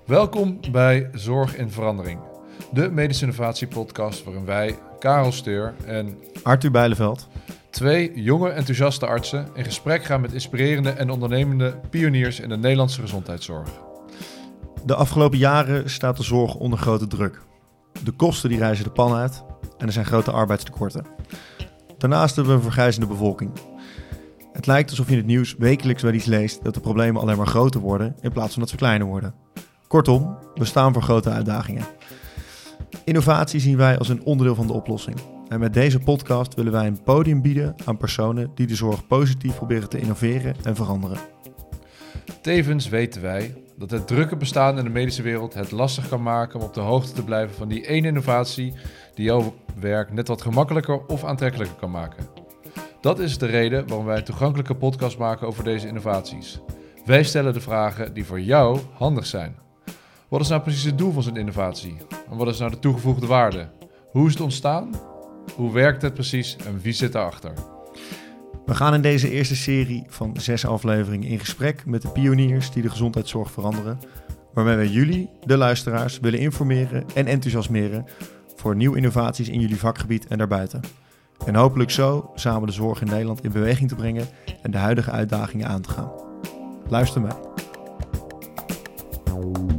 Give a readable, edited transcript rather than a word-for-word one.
Welkom bij Zorg in Verandering, de medische innovatiepodcast waarin wij, Karel Steur en Arthur Bijleveld, twee jonge enthousiaste artsen, in gesprek gaan met inspirerende en ondernemende pioniers in de Nederlandse gezondheidszorg. De afgelopen jaren staat de zorg onder grote druk. De kosten die reizen de pan uit en er zijn grote arbeidstekorten. Daarnaast hebben we een vergrijzende bevolking. Het lijkt alsof je in het nieuws wekelijks wel iets leest dat de problemen alleen maar groter worden in plaats van dat ze kleiner worden. Kortom, we staan voor grote uitdagingen. Innovatie zien wij als een onderdeel van de oplossing. En met deze podcast willen wij een podium bieden aan personen die de zorg positief proberen te innoveren en veranderen. Tevens weten wij dat het drukke bestaan in de medische wereld het lastig kan maken om op de hoogte te blijven van die ene innovatie die jouw werk net wat gemakkelijker of aantrekkelijker kan maken. Dat is de reden waarom wij een toegankelijke podcast maken over deze innovaties. Wij stellen de vragen die voor jou handig zijn. Wat is nou precies het doel van zo'n innovatie? En wat is nou de toegevoegde waarde? Hoe is het ontstaan? Hoe werkt het precies en wie zit daarachter? We gaan in deze eerste serie van 6 afleveringen in gesprek met de pioniers die de gezondheidszorg veranderen, waarmee wij jullie, de luisteraars, willen informeren en enthousiasmeren voor nieuwe innovaties in jullie vakgebied en daarbuiten. En hopelijk zo samen de zorg in Nederland in beweging te brengen en de huidige uitdagingen aan te gaan. Luister mee.